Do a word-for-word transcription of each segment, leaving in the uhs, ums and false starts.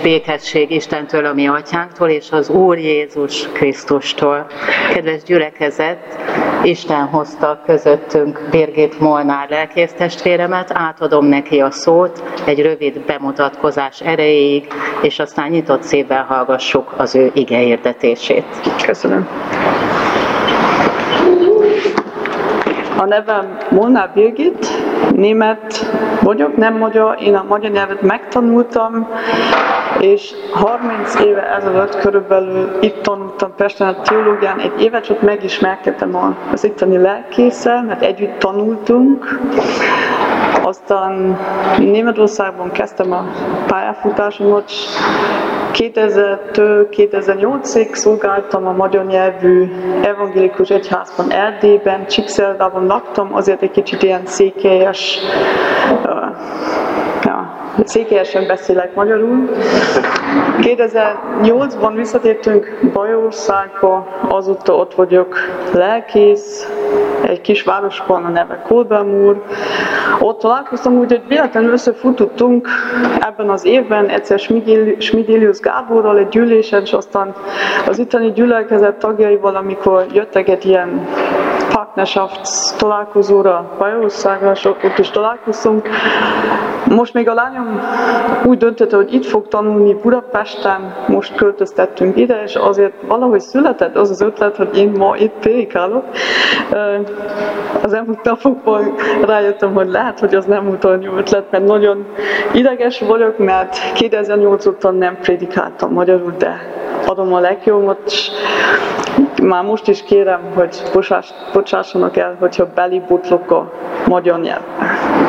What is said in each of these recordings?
békesség Istentől, a mi atyánktól, és az Úr Jézus Krisztustól. Kedves gyülekezet, Isten hozta közöttünk Birgit Molnár lelkésztestvéremet, átadom neki a szót egy rövid bemutatkozás erejéig, és aztán nyitott szívvel hallgassuk az ő igehirdetését. Köszönöm. A nevem Molnár Birgit, német vagyok, nem magyar, én a magyar nyelvet megtanultam, és harminc éve ezelőtt körülbelül itt tanultam Pesten a teológián, egy évet csak megismerkedtem az itteni lelkésszel, mert együtt tanultunk. Aztán Németországban kezdtem a pályafutásomat, kétezertől kétezer-nyolcig szolgáltam a magyar nyelvű evangélikus egyházban Erdélyben, Csíkszeredában laktam, azért egy kicsit ilyen székelyes, uh, ja, székelyesen beszélek magyarul. kétezer-nyolcban visszatértünk Bajországba, azóta ott vagyok lelkész, egy kis városban, a neve Kolbermúr. Ott találkoztam úgy, hogy véletlenül összefutottunk ebben az évben egyszer Schmidelius Gáborral egy gyűlésen, és aztán az itteni gyülekezet tagjaival, amikor jöttek egy ilyen partnerschafts találkozóra Bajországra, és ott is találkoztunk. Most még a lányom úgy döntötte, hogy itt fog tanulni Budapesten, most költöztettünk ide, és azért valahogy született az az ötlet, hogy én ma itt prédikálok. Az elmúlt napokban rájöttem, hogy lehet, hogy az nem volt olyan jó ötlet, mert nagyon ideges vagyok, mert kétezer-nyolc óta nem prédikáltam magyarul, de adom a legjobbat, és már most is kérem, hogy bocsáss, bocsássanak el, hogyha belibotlok a magyar nyelvbe.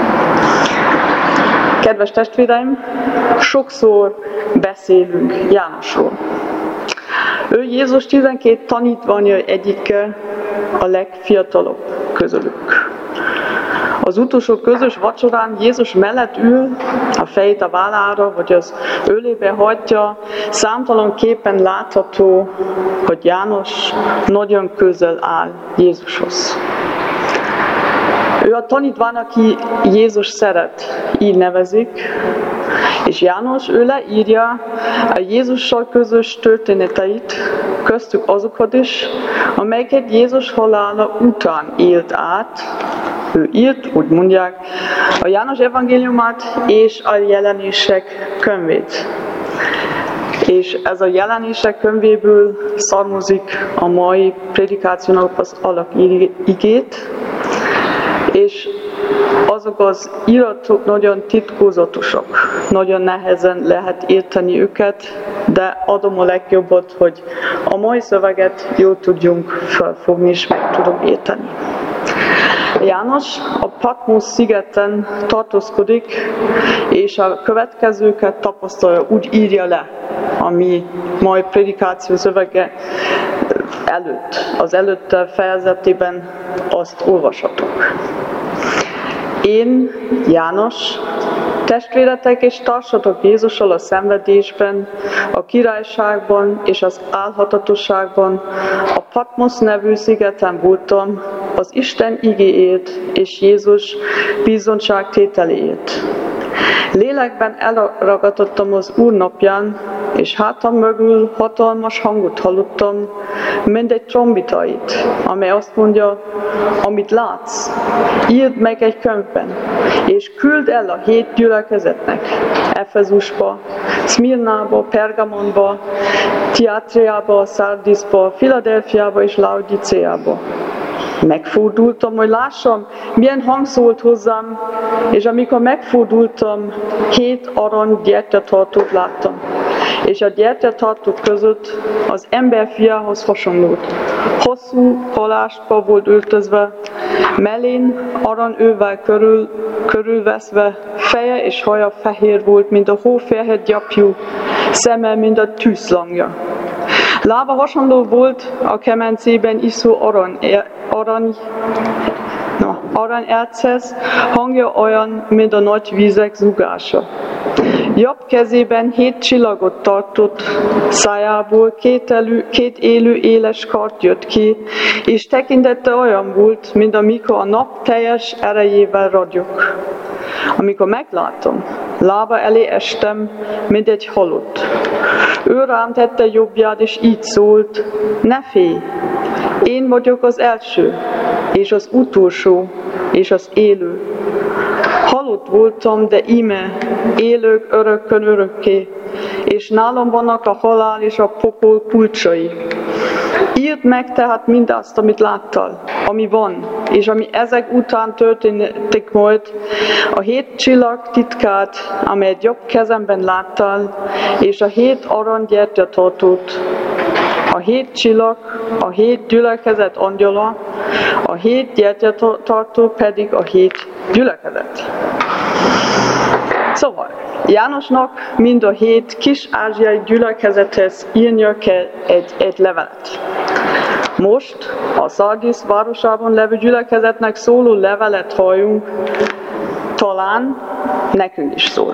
Kedves testvéreim, sokszor beszélünk Jánosról. Ő Jézus tizenkét tanítványa egyike, a legfiatalabb közülük. Az utolsó közös vacsorán Jézus mellett ül, a fejét a vállára, vagy az ölébe hagyja, számtalan képen látható, hogy János nagyon közel áll Jézushoz. Ő a tanítvány, aki Jézus szeret, így nevezik, és János, ő leírja a Jézussal közös történeteit, köztük azokat is, amelyeket Jézus halála után élt át. Ő írt, úgy mondják, a János evangéliumát és a jelenések könyvét. És ez a jelenések könyvéből származik a mai prédikációnak az alapigét, és azok az iratok nagyon titkozatosak, nagyon nehezen lehet érteni őket, de adom a legjobbat, hogy a mai szöveget jól tudjunk felfogni és meg tudom érteni. János a Patmos szigeten tartózkodik, és a következőket tapasztalja, úgy írja le, ami mai prédikáció szövege előtt, az előtte fejezetében azt olvashatok. Én, János, testvéretek és társatok Jézussal a szenvedésben, a királyságban és az álhatatosságban, a Patmos nevű szigeten voltam, az Isten igéért és Jézus bizonyságtételéért. Lélekben elragadtattam az Úr napján, és hátam mögül hatalmas hangot hallottam, mint egy trombitait, amely azt mondja, amit látsz, írd meg egy könyvben, és küld el a hét gyülekezetnek, Efezusba, Szmirnába, Pergamonba, Tiatriába, Szardiszba, Filadelfiába és Laodicéába. Megfordultam, hogy lássam, milyen hang szólt hozzám, és amikor megfordultam, hét arany gyertyatartót láttam. És a gyertyatartók között az ember fiához hasonlót. Hosszú palástba volt öltözve, mellén aranyővel körül, körülveszve, feje és haja fehér volt, mint a hófehér gyapjú, szeme, mint a tűzlangja. Lába hasonló volt a kemencében iszó arany, arany, no, aranyerchez, hangja olyan, mint a nagy vízek zúgása. Jobb kezében hét csillagot tartott, szájából két, elő, két élő éles kard jött ki, és tekintete olyan volt, mint amikor a nap teljes erejével ragyog. Amikor meglátom, lába elé estem, mint egy halott. Ő rám tette jobbját, és így szólt, ne félj, én vagyok az első, és az utolsó, és az élő. Halott voltam, de íme, élők örökkön örökké, és nálam vannak a halál és a pokol kulcsai. Írd meg tehát mindazt, amit láttál, ami van, és ami ezek után történik majd, a hét csillag titkát, amelyet jobb kezemben láttál, és a hét aranygyertyatartót, a hét csillag, a hét gyülekezet angyala, a hét gyertyatartó pedig a hét gyülekezet. Szóval, Jánosnak mind a hét kis-ázsiai gyülekezethez írnia kell egy, egy levelet. Most a Szardisz városában levő gyülekezetnek szóló levelet halljunk, talán nekünk is szól.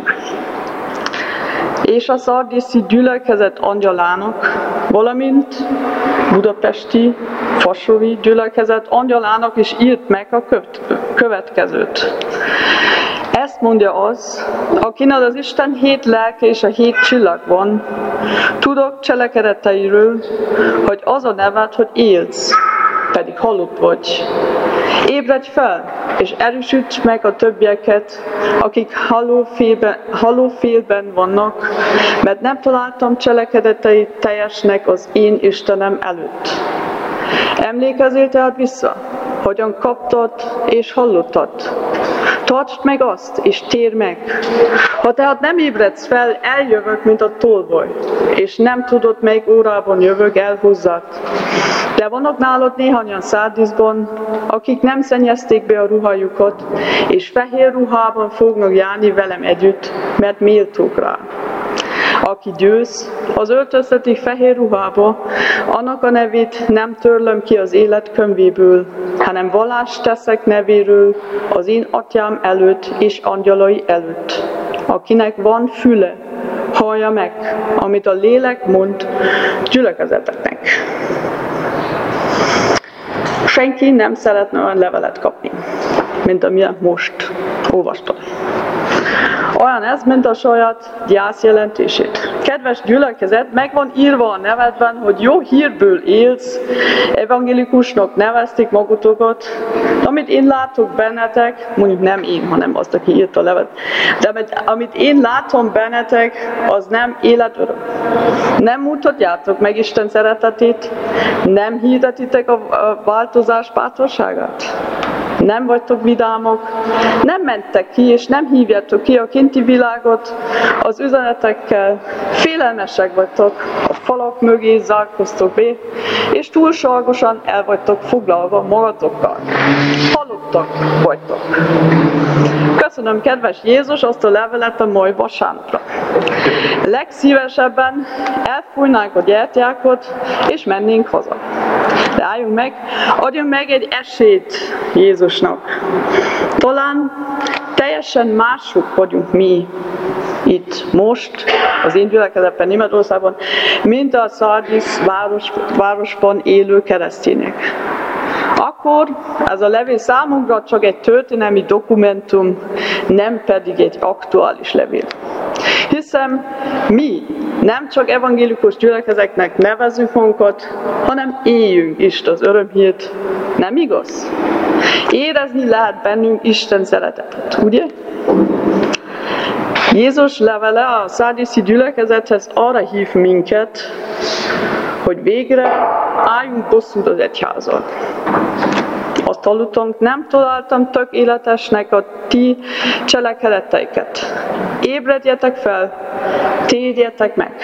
És a szardiszi gyülekezet angyalának, valamint budapesti, fasovi gyülekezet angyalának is írt meg a következőt. Ezt mondja az, akinek az Isten hét lelke és a hét csillag van, tudok cselekedeteiről, hogy az a neved, hogy élsz, pedig halott vagy. Ébredj fel, és erősíts meg a többieket, akik halófélben, halófélben vannak, mert nem találtam cselekedeteit teljesnek az én Istenem előtt. Emlékezzél tehát vissza, hogyan kaptad és hallottad. Tartsd meg azt, és térj meg. Ha tehát nem ébredsz fel, eljövök, mint a tolvaj, és nem tudod, melyik órában jövök el hozzád. De vannak nálad néhányan Szárdiszban, akik nem szennyezték be a ruhájukat, és fehér ruhában fognak járni velem együtt, mert méltók rá. Aki győz, az öltöztetik fehér ruhába, annak a nevét nem törlöm ki az élet könyvéből, hanem vallást teszek nevéről az én atyám előtt és angyalai előtt. Akinek van füle, hallja meg, amit a lélek mond gyülekezeteknek. Senki nem szeretne olyan levelet kapni, mint amilyen most olvastam. Olyan ez, mint a saját gyász jelentését. Kedves gyülekezet, meg van írva a nevedben, hogy jó hírből élsz, evangélikusnak nevezték magutokat, amit én látok bennetek, mondjuk nem én, hanem azt, aki írt a levet, de amit én látom bennetek, az nem életöröm. Nem mutatjátok meg Isten szeretetét, nem hirdetitek a változás bátorságát. Nem vagytok vidámok, nem mentek ki, és nem hívjátok ki a kinti világot az üzenetekkel, félelmesek vagytok, a falak mögé zárkoztok be, és túlságosan el vagytok foglalva magatokkal. Halottak vagytok. Köszönöm, kedves Jézus, azt a levelet a mai vasárnapra. Legszívesebben elfújnánk a gyertyákat, és mennénk haza. De álljunk meg, adjunk meg egy esélyt Jézusnak. Talán teljesen mások vagyunk mi itt most, az én gyülekezetben Németországban, mint a Szardisz város, városban élő keresztények. Akkor ez a levél számunkra csak egy történelmi dokumentum, nem pedig egy aktuális levél. Hiszen mi nem csak evangélikus gyülekezetnek nevezzük magunkat, hanem éljünk is az örömhírt. Nem igaz? Érezni lehet bennünk Isten szeretetet, ugye? Jézus levele a szardiszi gyülekezethez arra hív minket, hogy végre álljunk bosszút az egyházal. Azt hallottunk, nem találtam tökéletesnek a ti cselekedeteiket. Ébredjetek fel, térjetek meg.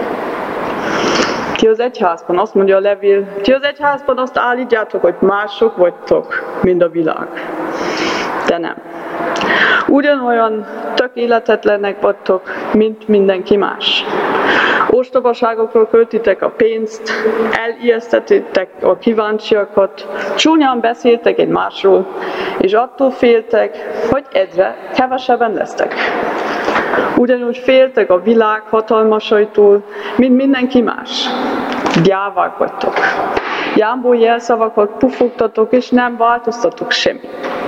Ti az egyházban, azt mondja a levél, ti az egyházban azt állítjátok, hogy mások vagytok, mint a világ. De nem. Ugyanolyan tökéletetlenek vagytok, mint mindenki más. Ostobaságokról költitek a pénzt, elijesztettétek a kíváncsiakat, csúnyán beszéltek egymásról, és attól féltek, hogy egyre kevesebben lesztek. Ugyanúgy féltek a világ hatalmasaitól, mint mindenki más. Gyávák vagytok. Jámbó jelszavakat pufogtatok, és nem változtatok semmit.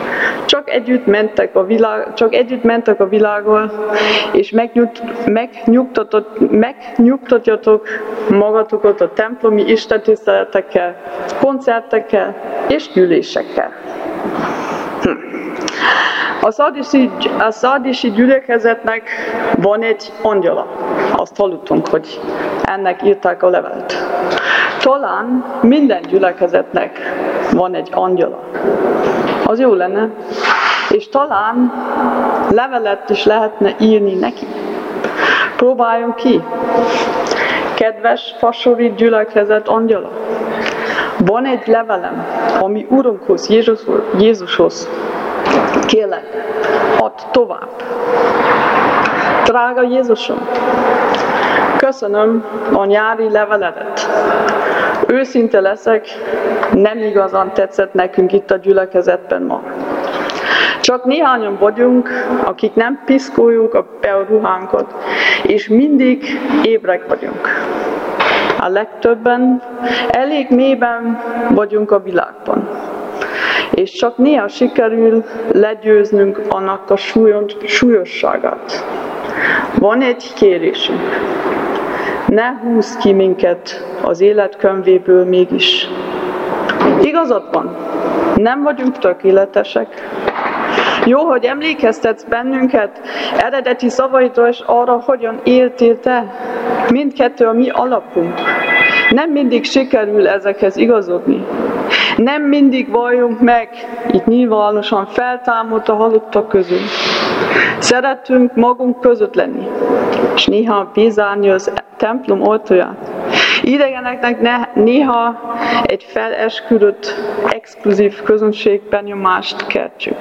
Csak együtt mentek a világ, csak együtt mentek a világgal, és megnyugt, megnyugtatott, megnyugtatjatok magatokat a templomi istentiszteletekkel, koncertekkel és gyűlésekkel. Hm. A szardisi, a szardisi gyülekezetnek van egy angyala. Azt hallottunk, hogy ennek írták a levelet. Talán minden gyülekezetnek van egy angyala. Az jó lenne. És talán levelet is lehetne írni neki. Próbáljunk ki. Kedves fasori gyülekezet angyala, van egy levelem, ami Urunkhoz, Jézus, Jézushoz. Kérlek, add tovább. Drága Jézusom, köszönöm a nyári leveledet. Őszinte leszek, nem igazán tetszett nekünk itt a gyülekezetben ma. Csak néhányan vagyunk, akik nem piszkoljuk a ruhánkat, és mindig ébrek vagyunk. A legtöbben elég mélyben vagyunk a világban. És csak néha sikerül legyőznünk annak a súlyosságát. Van egy kérésünk. Ne húzz ki minket az élet könyvéből mégis. Igazad van, nem vagyunk tökéletesek. Jó, hogy emlékeztetsz bennünket eredeti szavaidra és arra, hogyan éltél te. Mindkettő a mi alapunk. Nem mindig sikerül ezekhez igazodni. Nem mindig valljunk meg, itt nyilvánosan feltámadt a halottak közül. Szeretünk magunk között lenni, és néha bezárni az templom ajtaját. Idegeneknek ne, néha egy felesküdött, exkluzív közönségbenyomást keltsük.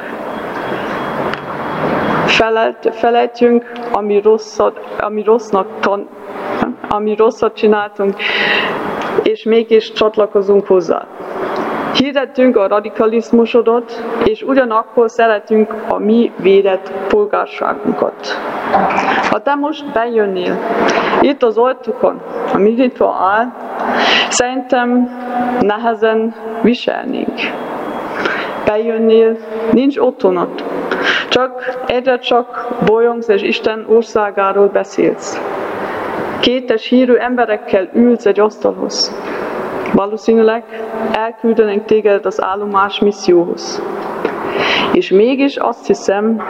Felejt, felejtjünk, ami, rosszat, ami, rossznak tan, ami rosszat csináltunk, és mégis csatlakozunk hozzá. Hirdettünk a radikalizmusodat, és ugyanakkor szeretünk a mi védett polgárságunkat. Ha te most bejönnél, itt az ajtókon, ami nyitva áll, szerintem nehezen viselnénk. Bejönnél, nincs otthonod, csak egyre csak bolyongsz és Isten országáról beszélsz. Kétes hírű emberekkel ülsz egy asztalhoz. Valószínűleg elküldenek téged az állomás misszióhoz. És mégis azt hiszem,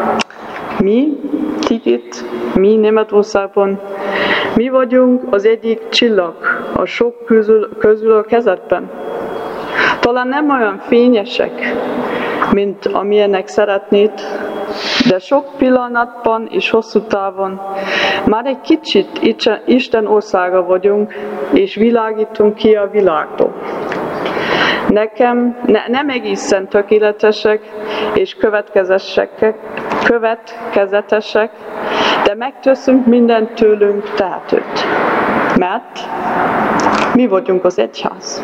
mi, ti itt, mi Németországban, mi vagyunk az egyik csillag a sok közül, közül a kezedben. Talán nem olyan fényesek, mint amilyenek szeretnéd, de sok pillanatban és hosszú távon már egy kicsit Isten országa vagyunk, és világítunk ki a világból. Nekem ne, nem egészen tökéletesek és következetesek, következetesek, de megteszünk mindent tőlünk tehetőt, mert mi vagyunk az egyház.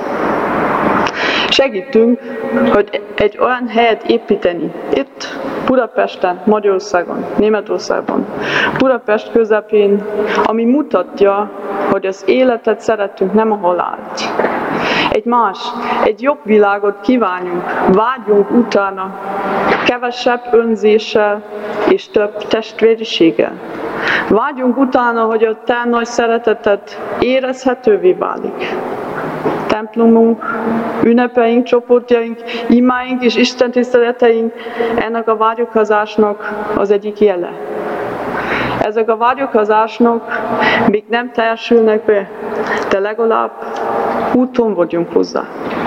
Segítünk, hogy egy olyan helyet építeni, itt Budapesten, Magyarországon, Németországban, Budapest közepén, ami mutatja, hogy az életet szeretünk, nem a halált. Egy más, egy jobb világot kívánunk, vágyunk utána, kevesebb önzéssel és több testvériséggel. Vágyunk utána, hogy a te nagy szereteted érezhetővé válik. Templomunk, ünnepeink, csoportjaink, imáink és istentiszteleteink ennek a vágyakozásnak az egyik jele. Ezek a vágyakozásnak még nem teljesülnek be, de legalább úton vagyunk hozzá.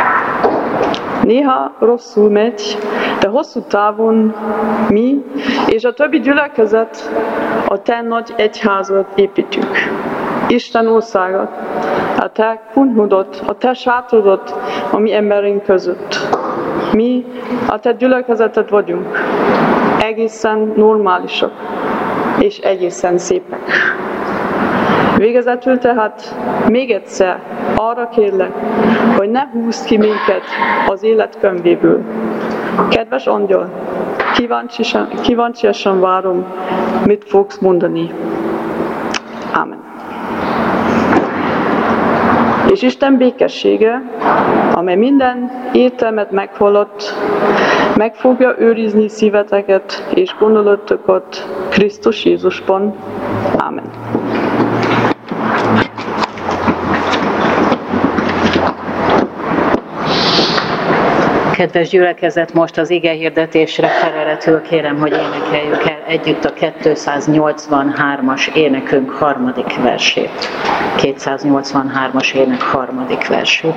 Néha rosszul megy, de hosszú távon mi és a többi gyülekezet a te nagy egyházat építjük. Isten országot, a te kunhodat, a te sátodat a mi emberünk között. Mi a te gyülekezeted vagyunk. Egészen normálisak és egészen szépek. Végezetül tehát még egyszer arra kérlek, hogy ne húzd ki minket az élet könyvéből. Kedves angyal, kíváncsian, kíváncsian várom, mit fogsz mondani. Amen. És És Isten békessége, amely minden értelmet meghalott, meg fogja őrizni szíveteket és gondolatokat Krisztus Jézusban. Ámen. Kedves gyülekezet, most az ige hirdetésre feleletül kérem, hogy énekeljük el együtt a kétszáznyolcvanhármas énekünk harmadik versét. kétszáznyolcvanhármas ének harmadik versét.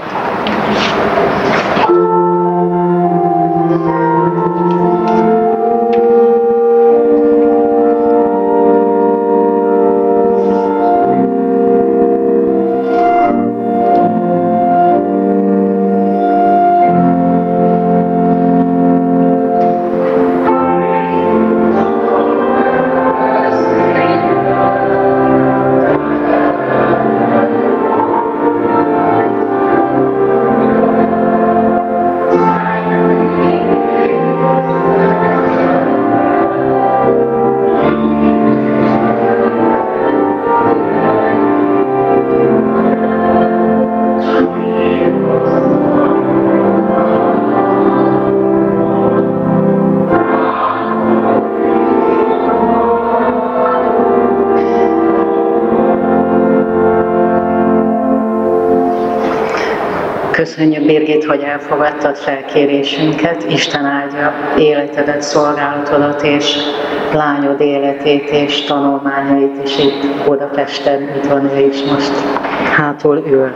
Köszönjük, Birgit, hogy elfogadtad felkérésünket. Isten áldja életedet, szolgálatodat és lányod életét és tanulmányait is itt Budapesten. Itt van ő is most, hátul ül.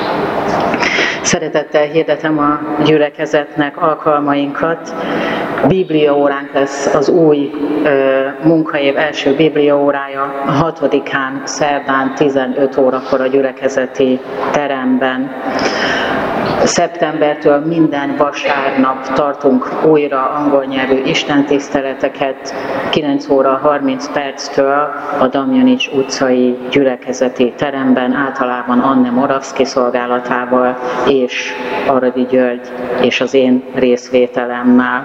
Szeretettel hirdetem a gyülekezetnek alkalmainkat. Bibliaóránk lesz az új ö, munkaév első bibliaórája, a hatodikán, szerdán tizenöt órakor a gyülekezeti teremben. Szeptembertől minden vasárnap tartunk újra angol nyelvű istentiszteleteket, kilenc óra harminc perctől a Damjanics utcai gyülekezeti teremben, általában Anne Moravszki szolgálatával és Aradi György és az én részvételemmel.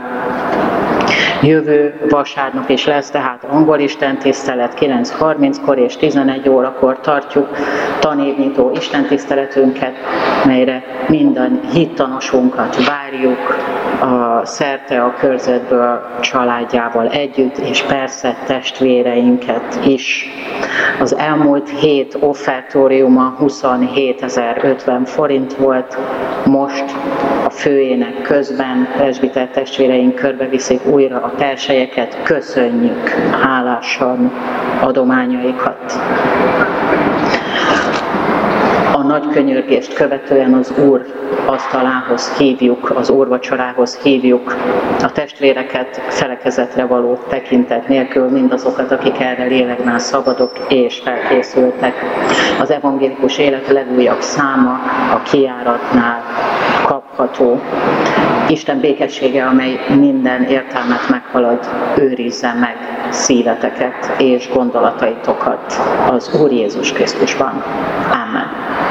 Jövő vasárnap is lesz, tehát angol istentisztelet kilenc harminckor és tizenegy órakor tartjuk tanévnyitó istentiszteletünket, melyre minden hittanosunkat várjuk a szerte a körzetből, családjával együtt, és persze testvéreinket is. Az elmúlt hét offertóriuma huszonhétezer-ötven forint volt, most a főének közben presbiter testvéreink körbeviszik újra a perselyeket, köszönjük hálásan adományaikat. A nagy könyörgést követően az Úr asztalához hívjuk, az úrvacsorához hívjuk a testvéreket felekezetre való tekintet nélkül, mindazokat, akik erre lélegnál szabadok és felkészültek. Az evangélikus élet legújabb száma a kijáratnál kapható. Isten békessége, amely minden értelmet meghalad, őrizze meg szíveteket és gondolataitokat az Úr Jézus Krisztusban. Amen.